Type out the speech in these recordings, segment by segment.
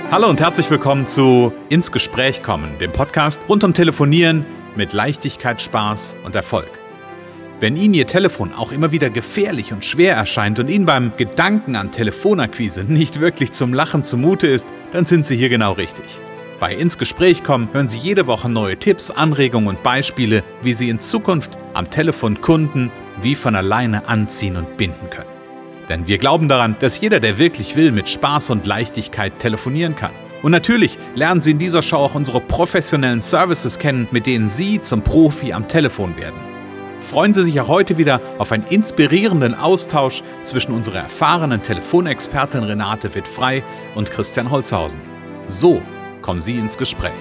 Hallo und herzlich willkommen zu Ins Gespräch kommen, dem Podcast rund um Telefonieren mit Leichtigkeit, Spaß und Erfolg. Wenn Ihnen Ihr Telefon auch immer wieder gefährlich und schwer erscheint und Ihnen beim Gedanken an Telefonakquise nicht wirklich zum Lachen zumute ist, dann sind Sie hier genau richtig. Bei Ins Gespräch kommen hören Sie jede Woche neue Tipps, Anregungen und Beispiele, wie Sie in Zukunft am Telefon Kunden wie von alleine anziehen und binden können. Denn wir glauben daran, dass jeder, der wirklich will, mit Spaß und Leichtigkeit telefonieren kann. Und natürlich lernen Sie in dieser Show auch unsere professionellen Services kennen, mit denen Sie zum Profi am Telefon werden. Freuen Sie sich auch heute wieder auf einen inspirierenden Austausch zwischen unserer erfahrenen Telefonexpertin Renate Witt-Frey und Christian Holzhausen. So kommen Sie ins Gespräch.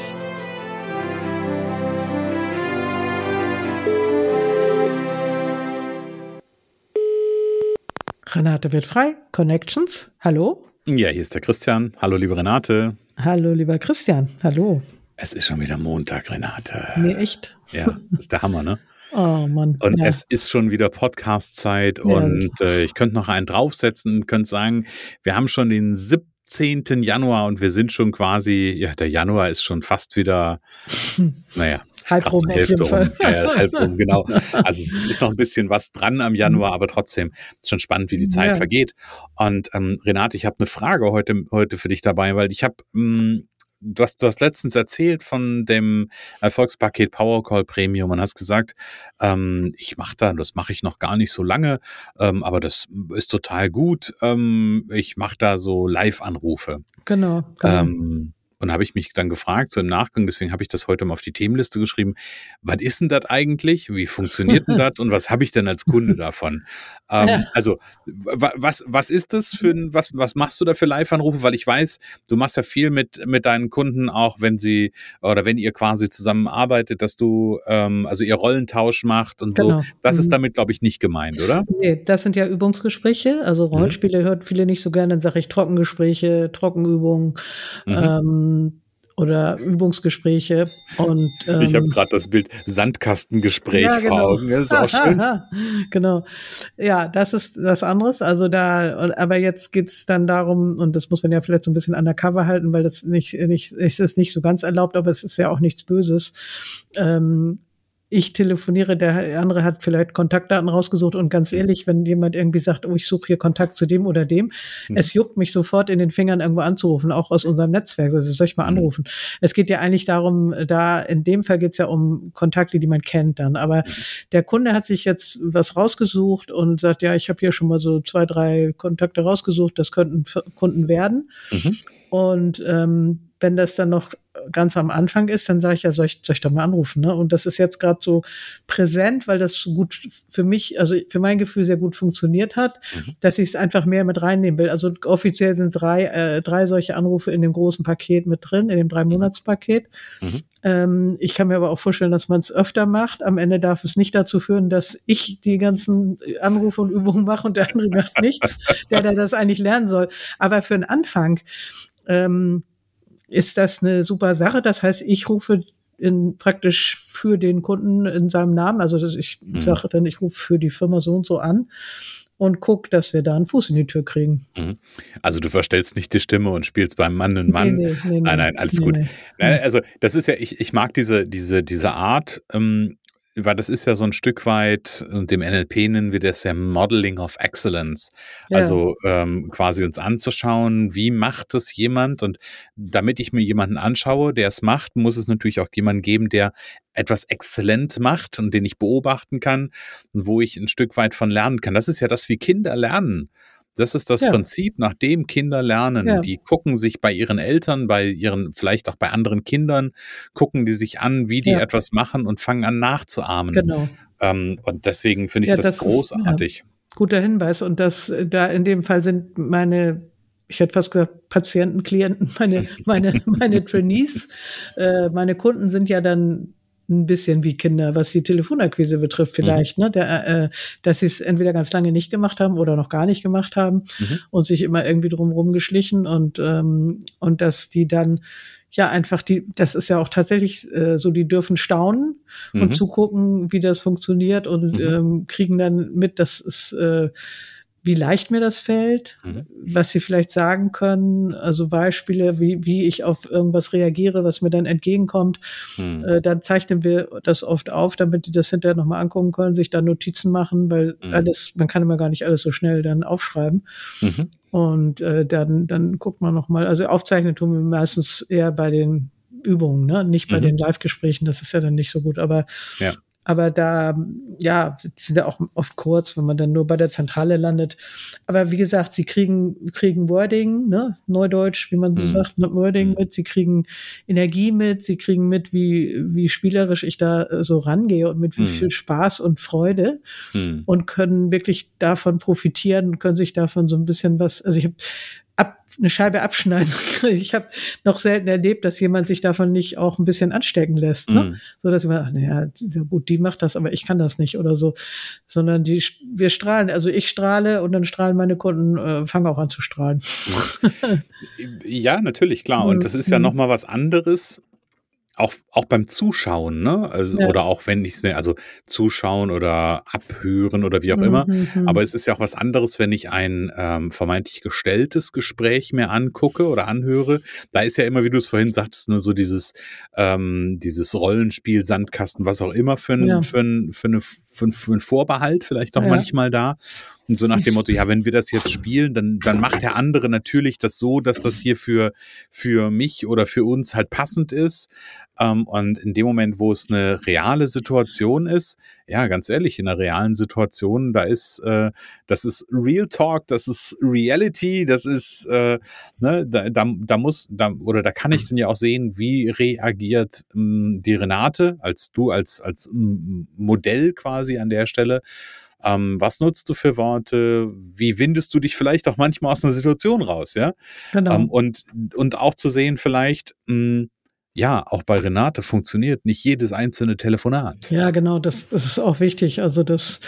Renate Witt-Frey, Connections. Hallo. Ja, hier ist der Christian. Hallo, liebe Renate. Hallo, lieber Christian. Hallo. Es ist schon wieder Montag, Renate. Nee, echt? Ja, das ist der Hammer, ne? Oh Mann. Und ja. Es ist schon wieder Podcast-Zeit und ich könnte noch einen draufsetzen und könnte sagen, wir haben schon den 17. Januar und wir sind schon quasi, ja, der Januar ist schon fast wieder, naja, halb rum, zur Hälfte auf jeden Fall. Ja, halb rum, genau. Also es ist noch ein bisschen was dran am Januar, aber trotzdem ist schon spannend, wie die Zeit vergeht. Und Renate, ich habe eine Frage heute für dich dabei, weil ich habe Du hast letztens erzählt von dem Erfolgspaket Powercall Premium und hast gesagt, das mache ich noch gar nicht so lange, aber das ist total gut. Ich mache da so Live-Anrufe. Genau. Und habe ich mich dann gefragt, so im Nachgang, deswegen habe ich das heute mal auf die Themenliste geschrieben, was ist denn das eigentlich? Wie funktioniert denn das? Und was habe ich denn als Kunde davon? Also, was ist das was machst du da für Live-Anrufe? Weil ich weiß, du machst ja viel mit deinen Kunden auch, wenn ihr quasi zusammenarbeitet, dass du, also ihr Rollentausch macht und Genau. so. Das ist damit, glaube ich, nicht gemeint, oder? Nee, das sind ja Übungsgespräche. Also Rollenspiele hört viele nicht so gerne, dann sage ich Trockengespräche, Trockenübungen, oder Übungsgespräche. Und ich habe gerade das Bild Sandkastengespräch ja, genau. vor Augen. Das ist auch schön. Genau. Ja, das ist was anderes. Also aber jetzt geht's dann darum, und das muss man ja vielleicht so ein bisschen undercover halten, weil das es ist nicht so ganz erlaubt, aber es ist ja auch nichts Böses. Ich telefoniere, der andere hat vielleicht Kontaktdaten rausgesucht und ganz ehrlich, wenn jemand irgendwie sagt, oh, ich suche hier Kontakt zu dem oder dem, es juckt mich sofort in den Fingern irgendwo anzurufen, auch aus unserem Netzwerk, also soll ich mal anrufen. Es geht ja eigentlich darum, in dem Fall geht es ja um Kontakte, die man kennt dann, aber der Kunde hat sich jetzt was rausgesucht und sagt, ja, ich habe hier schon mal so 2, 3 Kontakte rausgesucht, das könnten Kunden werden. Und wenn das dann noch ganz am Anfang ist, dann sage ich ja, soll ich doch mal anrufen, ne? Und das ist jetzt gerade so präsent, weil das so gut für mich, also für mein Gefühl sehr gut funktioniert hat, dass ich es einfach mehr mit reinnehmen will. Also offiziell sind 3 solche Anrufe in dem großen Paket mit drin, in dem 3-Monats-Paket. Ich kann mir aber auch vorstellen, dass man es öfter macht. Am Ende darf es nicht dazu führen, dass ich die ganzen Anrufe und Übungen mache und der andere macht nichts, der das eigentlich lernen soll. Aber für den Anfang ist das eine super Sache. Das heißt, ich rufe praktisch für den Kunden in seinem Namen, also ich sage dann, ich rufe für die Firma so und so an und gucke, dass wir da einen Fuß in die Tür kriegen. Also du verstellst nicht die Stimme und spielst beim Mann einen Mann. Nee, Nein, alles gut. Also das ist ja, ich mag diese Art, weil das ist ja so ein Stück weit, und im NLP nennen wir das ja Modeling of Excellence. Also quasi uns anzuschauen, wie macht es jemand, und damit ich mir jemanden anschaue, der es macht, muss es natürlich auch jemanden geben, der etwas exzellent macht und den ich beobachten kann und wo ich ein Stück weit von lernen kann. Das ist ja das, wie Kinder lernen. Das ist das Prinzip, nach dem Kinder lernen. Ja. Die gucken sich bei ihren Eltern, vielleicht auch bei anderen Kindern, gucken die sich an, wie die etwas machen und fangen an nachzuahmen. Genau. Und deswegen finde ich das großartig. Guter Hinweis. Und da in dem Fall sind ich hätte fast gesagt, Patienten, Klienten, meine Trainees, meine Kunden sind ja dann ein bisschen wie Kinder, was die Telefonakquise betrifft vielleicht, ne? Dass sie es entweder ganz lange nicht gemacht haben oder noch gar nicht gemacht haben und sich immer irgendwie drumherum geschlichen und dass die dann ja einfach das ist ja auch tatsächlich so, die dürfen staunen und zugucken, wie das funktioniert und kriegen dann mit, dass es wie leicht mir das fällt, was sie vielleicht sagen können, also Beispiele, wie ich auf irgendwas reagiere, was mir dann entgegenkommt. Dann zeichnen wir das oft auf, damit die das hinterher nochmal angucken können, sich dann Notizen machen, weil man kann immer gar nicht alles so schnell dann aufschreiben. Und dann guckt man nochmal, also aufzeichnen tun wir meistens eher bei den Übungen, ne? Nicht bei den Live-Gesprächen, das ist ja dann nicht so gut, aber da, ja, die sind ja auch oft kurz, wenn man dann nur bei der Zentrale landet. Aber wie gesagt, sie kriegen Wording, ne, Neudeutsch, wie man so sagt, Wording mit, sie kriegen Energie mit, sie kriegen mit, wie spielerisch ich da so rangehe und mit wie viel Spaß und Freude und können wirklich davon profitieren, können sich davon so ein bisschen was, also ich habe eine Scheibe abschneiden. Ich habe noch selten erlebt, dass jemand sich davon nicht auch ein bisschen anstecken lässt, ne? So dass man, naja, gut, die macht das, aber ich kann das nicht oder so, sondern wir strahlen, also ich strahle und dann strahlen meine Kunden, fangen auch an zu strahlen. Ja, natürlich, klar. Und das ist ja noch mal was anderes. Auch beim Zuschauen, ne? Also, oder auch wenn ich es mir, also zuschauen oder abhören oder wie auch immer. Aber es ist ja auch was anderes, wenn ich ein vermeintlich gestelltes Gespräch mir angucke oder anhöre. Da ist ja immer, wie du es vorhin sagtest, nur so dieses Rollenspiel, Sandkasten, was auch immer für ein Vorbehalt vielleicht auch manchmal da. Und so nach dem Motto, ja, wenn wir das jetzt spielen, dann macht der andere natürlich das so, dass das hier für mich oder für uns halt passend ist. Und in dem Moment, wo es eine reale Situation ist, ja, ganz ehrlich, in einer realen Situation, das ist Real Talk, das ist Reality, das ist, ne, da kann ich dann ja auch sehen, wie reagiert die Renate, als Modell quasi an der Stelle. Was nutzt du für Worte? Wie windest du dich vielleicht auch manchmal aus einer Situation raus, ja? Genau. Und auch zu sehen vielleicht, ja, auch bei Renate funktioniert nicht jedes einzelne Telefonat. Ja, genau, das ist auch wichtig. Also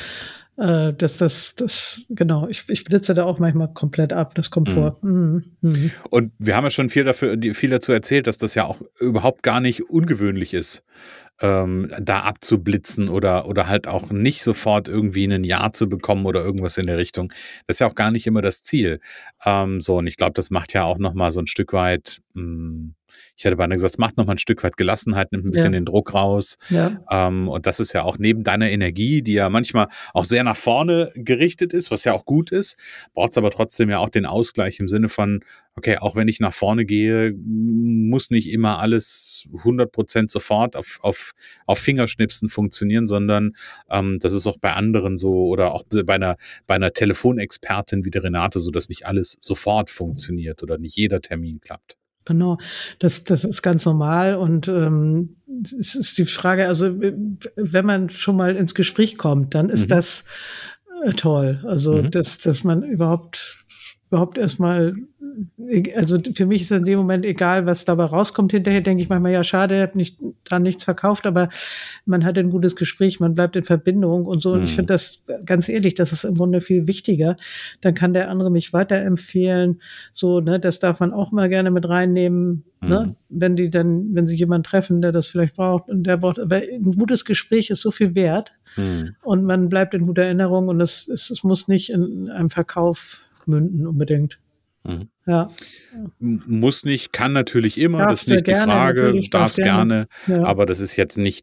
genau, ich blitze da auch manchmal komplett ab, das kommt vor. Und wir haben ja schon viel dazu erzählt, dass das ja auch überhaupt gar nicht ungewöhnlich ist, da abzublitzen oder halt auch nicht sofort irgendwie ein Ja zu bekommen oder irgendwas in der Richtung. Das ist ja auch gar nicht immer das Ziel. Und ich glaube, das macht ja auch noch mal so ein Stück weit, ich hätte beinahe gesagt, es macht noch mal ein Stück weit Gelassenheit, nimmt ein bisschen den Druck raus. Und das ist ja auch neben deiner Energie, die ja manchmal auch sehr nach vorne gerichtet ist, was ja auch gut ist, braucht es aber trotzdem ja auch den Ausgleich im Sinne von, okay, auch wenn ich nach vorne gehe, muss nicht immer alles 100% sofort auf Fingerschnipsen funktionieren, sondern das ist auch bei anderen so oder auch bei einer Telefonexpertin wie der Renate so, dass nicht alles sofort funktioniert oder nicht jeder Termin klappt. Genau, das ist ganz normal und es ist die Frage, also wenn man schon mal ins Gespräch kommt, dann ist das toll. Also dass man überhaupt erstmal, also für mich ist in dem Moment egal, was dabei rauskommt. Hinterher denke ich manchmal, ja, schade, habe nichts verkauft, aber man hat ein gutes Gespräch, man bleibt in Verbindung und so. Und ich finde das, ganz ehrlich, das ist im Grunde viel wichtiger. Dann kann der andere mich weiterempfehlen. So, ne, das darf man auch mal gerne mit reinnehmen, ne? Wenn sie jemanden treffen, der das vielleicht braucht und der braucht, aber ein gutes Gespräch ist so viel wert und man bleibt in guter Erinnerung und es muss nicht in einem Verkauf münden unbedingt. Ja. Muss nicht, kann natürlich immer, Darfst das ist nicht die gerne, Frage, darf's gerne, ja. aber das ist jetzt nicht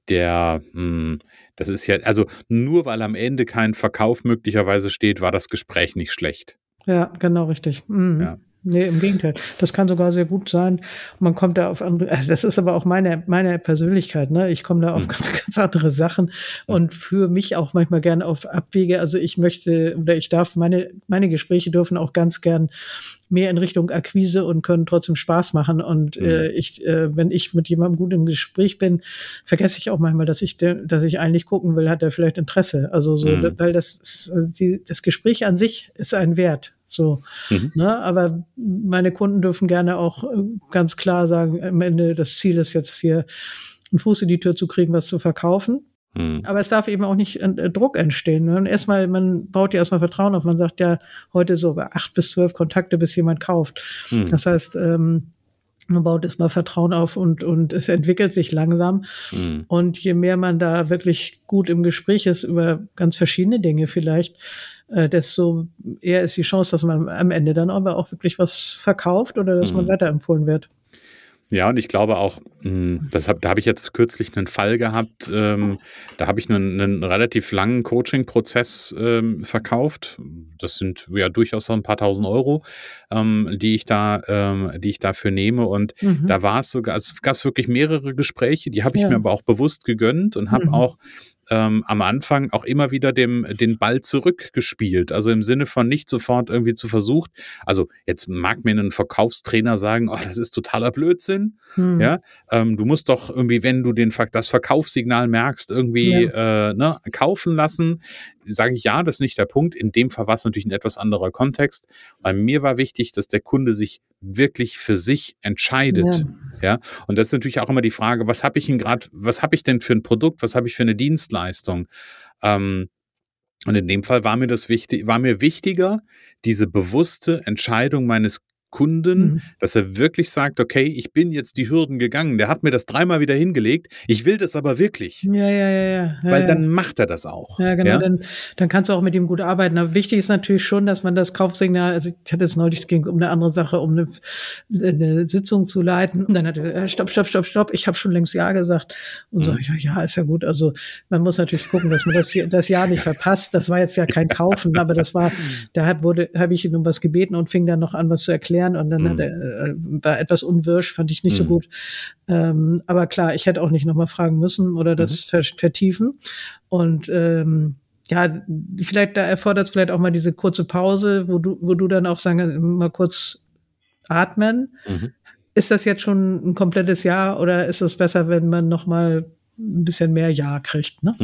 das ist ja, also nur weil am Ende kein Verkauf möglicherweise steht, war das Gespräch nicht schlecht. Ja, genau, richtig. Ja. Nee, im Gegenteil. Das kann sogar sehr gut sein. Man kommt da auf andere, das ist aber auch meine Persönlichkeit, ne? Ich komme da auf ganz andere Sachen und führe mich auch manchmal gerne auf Abwege. Also ich möchte oder ich darf, meine Gespräche dürfen auch ganz gern mehr in Richtung Akquise und können trotzdem Spaß machen. Und wenn ich mit jemandem gut im Gespräch bin, vergesse ich auch manchmal, dass ich eigentlich gucken will, hat er vielleicht Interesse. Also so, weil das Gespräch an sich ist ein Wert. So, ne? Aber meine Kunden dürfen gerne auch ganz klar sagen, am Ende das Ziel ist jetzt hier einen Fuß in die Tür zu kriegen, was zu verkaufen. Aber es darf eben auch nicht Druck entstehen. Ne? Man baut ja erstmal Vertrauen auf. Man sagt ja heute so 8 bis 12 Kontakte, bis jemand kauft. Das heißt, man baut erstmal Vertrauen auf und es entwickelt sich langsam. Und je mehr man da wirklich gut im Gespräch ist über ganz verschiedene Dinge vielleicht, desto eher ist die Chance, dass man am Ende dann aber auch wirklich was verkauft oder dass man weiterempfohlen wird. Ja, und ich glaube auch, da habe ich jetzt kürzlich einen Fall gehabt, da habe ich einen relativ langen Coaching-Prozess verkauft. Das sind ja durchaus auch ein paar tausend Euro, die ich dafür nehme. Und da war es sogar, es gab wirklich mehrere Gespräche, die habe ich Ja. mir aber auch bewusst gegönnt und habe auch am Anfang auch immer wieder den Ball zurückgespielt. Also im Sinne von nicht sofort irgendwie zu versucht. Also jetzt mag mir ein Verkaufstrainer sagen, oh, das ist totaler Blödsinn. Ja, du musst doch irgendwie, wenn du das Verkaufssignal merkst, irgendwie kaufen lassen. Sage ich, ja, das ist nicht der Punkt. In dem Fall war es natürlich ein etwas anderer Kontext. Weil mir war wichtig, dass der Kunde sich wirklich für sich entscheidet. Ja, und das ist natürlich auch immer die Frage, was habe ich denn für ein Produkt, was habe ich für eine Dienstleistung? Und in dem Fall war mir wichtiger, diese bewusste Entscheidung meines Kunden, dass er wirklich sagt, okay, ich bin jetzt die Hürden gegangen. Der hat mir das 3-mal wieder hingelegt. Ich will das aber wirklich. Ja. Weil dann macht er das auch. Ja, genau, Ja? dann kannst du auch mit ihm gut arbeiten. Aber wichtig ist natürlich schon, dass man das Kaufsignal, also ich hatte es neulich, ging es um eine andere Sache, um eine Sitzung zu leiten. Und dann hat er, stopp, ich habe schon längst Ja gesagt. Und so, ja, ist ja gut. Also man muss natürlich gucken, dass man das Ja nicht verpasst. Das war jetzt ja kein Kaufen, aber da habe ich ihn um was gebeten und fing dann noch an, was zu erklären. Und dann war etwas unwirsch, fand ich nicht so gut. Aber klar, ich hätte auch nicht nochmal fragen müssen oder das vertiefen. Und vielleicht da erfordert es vielleicht auch mal diese kurze Pause, wo du dann auch sagen, mal kurz atmen. Ist das jetzt schon ein komplettes Ja oder ist es besser, wenn man nochmal ein bisschen mehr Ja kriegt? Ne?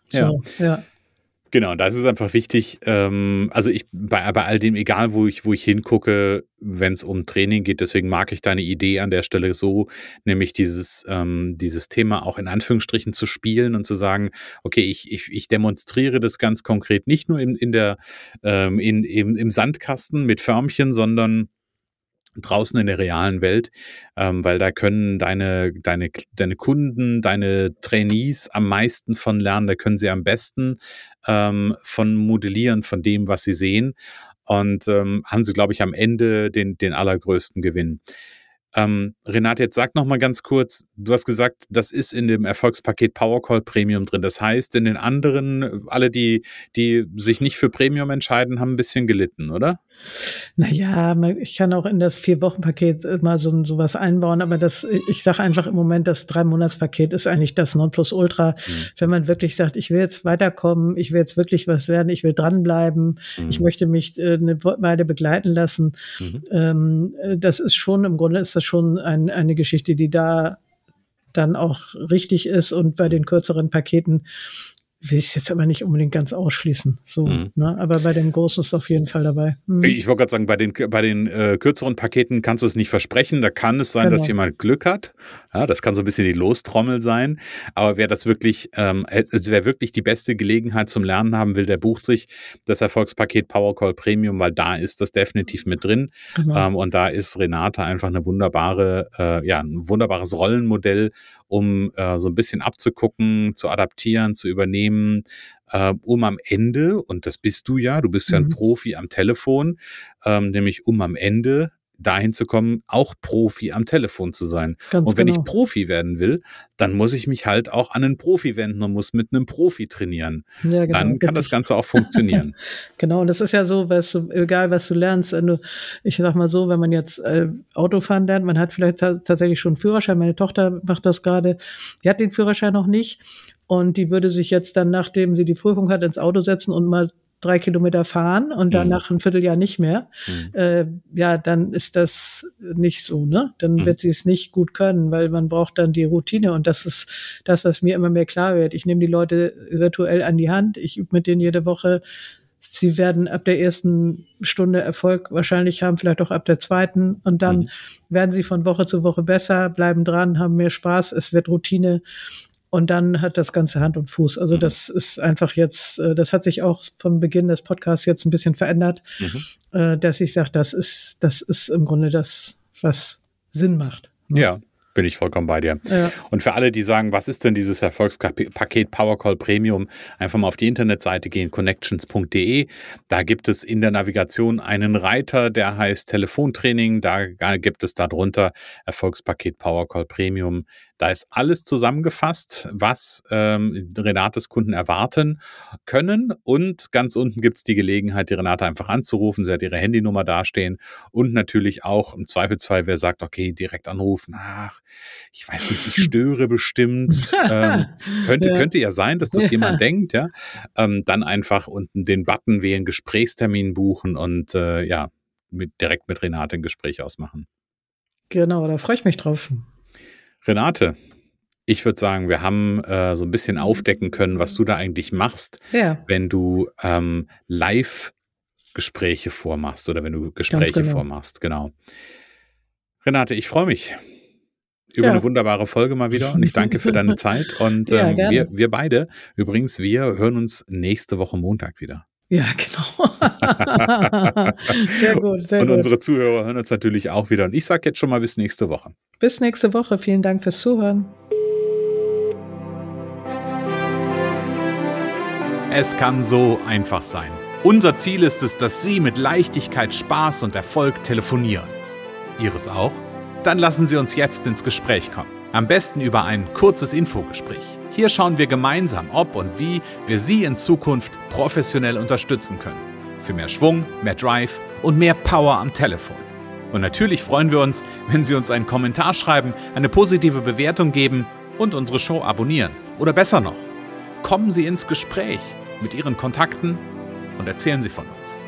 Ja. Genau, da ist es einfach wichtig, also bei all dem, egal wo ich hingucke, wenn es um Training geht, deswegen mag ich deine Idee an der Stelle so, nämlich dieses Thema auch in Anführungsstrichen zu spielen und zu sagen, okay, ich demonstriere das ganz konkret nicht nur im Sandkasten mit Förmchen, sondern draußen in der realen Welt, weil da können deine Kunden, deine Trainees am meisten von lernen, da können sie am besten von modellieren, von dem, was sie sehen und haben sie, glaube ich, am Ende den allergrößten Gewinn. Renate, jetzt sag noch mal ganz kurz, du hast gesagt, das ist in dem Erfolgspaket Powercall Premium drin. Das heißt, in den anderen, alle, die sich nicht für Premium entscheiden, haben ein bisschen gelitten, oder? Naja, ich kann auch in das 4-Wochen-Paket mal sowas einbauen, aber ich sage einfach im Moment, das 3-Monats-Paket ist eigentlich das Nonplusultra. Wenn man wirklich sagt, ich will jetzt weiterkommen, ich will jetzt wirklich was lernen, ich will dranbleiben, ich möchte mich eine Weile begleiten lassen. Das ist schon, im Grunde ist das schon eine Geschichte, die da dann auch richtig ist und bei den kürzeren Paketen will ich es jetzt aber nicht unbedingt ganz ausschließen. So, ne? Aber bei dem Großen ist es auf jeden Fall dabei. Ich wollte gerade sagen, bei den kürzeren Paketen kannst du es nicht versprechen. Da kann es sein, dass jemand Glück hat. Ja, das kann so ein bisschen die Lostrommel sein. Aber wer das wirklich, wer wirklich die beste Gelegenheit zum Lernen haben will, der bucht sich das Erfolgspaket Powercall Premium, weil da ist das definitiv mit drin. Genau. Und da ist Renate einfach ein wunderbares Rollenmodell, um so ein bisschen abzugucken, zu adaptieren, zu übernehmen, um am Ende, und das bist du ja ein Profi am Telefon, nämlich um am Ende dahin zu kommen, auch Profi am Telefon zu sein. Ganz und wenn genau. ich Profi werden will, dann muss ich mich halt auch an einen Profi wenden und muss mit einem Profi trainieren. Ja, genau, dann kann das Ganze auch funktionieren. Genau, und das ist ja so, egal was du lernst, ich sag mal so, wenn man jetzt Autofahren lernt, man hat vielleicht tatsächlich schon einen Führerschein, meine Tochter macht das gerade, die hat den Führerschein noch nicht und die würde sich jetzt dann, nachdem sie die Prüfung hat, ins Auto setzen und mal 3 Kilometer fahren und dann nach einem Vierteljahr nicht mehr, dann ist das nicht so, ne? Dann wird sie es nicht gut können, weil man braucht dann die Routine und das ist das, was mir immer mehr klar wird. Ich nehme die Leute virtuell an die Hand, ich übe mit denen jede Woche. Sie werden ab der ersten Stunde Erfolg wahrscheinlich haben, vielleicht auch ab der zweiten und dann werden sie von Woche zu Woche besser, bleiben dran, haben mehr Spaß, es wird Routine. Und dann hat das Ganze Hand und Fuß. Also das ist einfach jetzt, das hat sich auch von Beginn des Podcasts jetzt ein bisschen verändert, dass ich sage, das ist im Grunde das, was Sinn macht. Ne? Ja. Bin ich vollkommen bei dir. Ja. Und für alle, die sagen, was ist denn dieses Erfolgspaket PowerCall Premium, einfach mal auf die Internetseite gehen, connections.de. Da gibt es in der Navigation einen Reiter, der heißt Telefontraining. Da gibt es darunter Erfolgspaket PowerCall Premium. Da ist alles zusammengefasst, was Renates Kunden erwarten können. Und ganz unten gibt es die Gelegenheit, die Renate einfach anzurufen. Sie hat ihre Handynummer dastehen. Und natürlich auch im Zweifelsfall, wer sagt, okay, direkt anrufen. Ach, ich weiß nicht, ich störe bestimmt. Könnte ja sein, dass das jemand denkt. Ja, dann einfach unten den Button wählen, Gesprächstermin buchen und direkt mit Renate ein Gespräch ausmachen. Genau, da freue ich mich drauf. Renate, ich würde sagen, wir haben so ein bisschen aufdecken können, was du da eigentlich machst, wenn du Live-Gespräche vormachst oder wenn du Gespräche vormachst. Genau. Renate, ich freue mich über eine wunderbare Folge mal wieder und ich danke für deine Zeit und wir beide, übrigens, wir hören uns nächste Woche Montag wieder. Ja, genau. Sehr gut, sehr gut. Und unsere Zuhörer hören uns natürlich auch wieder. Und ich sage jetzt schon mal bis nächste Woche. Bis nächste Woche. Vielen Dank fürs Zuhören. Es kann so einfach sein. Unser Ziel ist es, dass Sie mit Leichtigkeit, Spaß und Erfolg telefonieren. Ihres auch? Dann lassen Sie uns jetzt ins Gespräch kommen. Am besten über ein kurzes Infogespräch. Hier schauen wir gemeinsam, ob und wie wir Sie in Zukunft professionell unterstützen können. Für mehr Schwung, mehr Drive und mehr Power am Telefon. Und natürlich freuen wir uns, wenn Sie uns einen Kommentar schreiben, eine positive Bewertung geben und unsere Show abonnieren. Oder besser noch, kommen Sie ins Gespräch mit Ihren Kontakten und erzählen Sie von uns.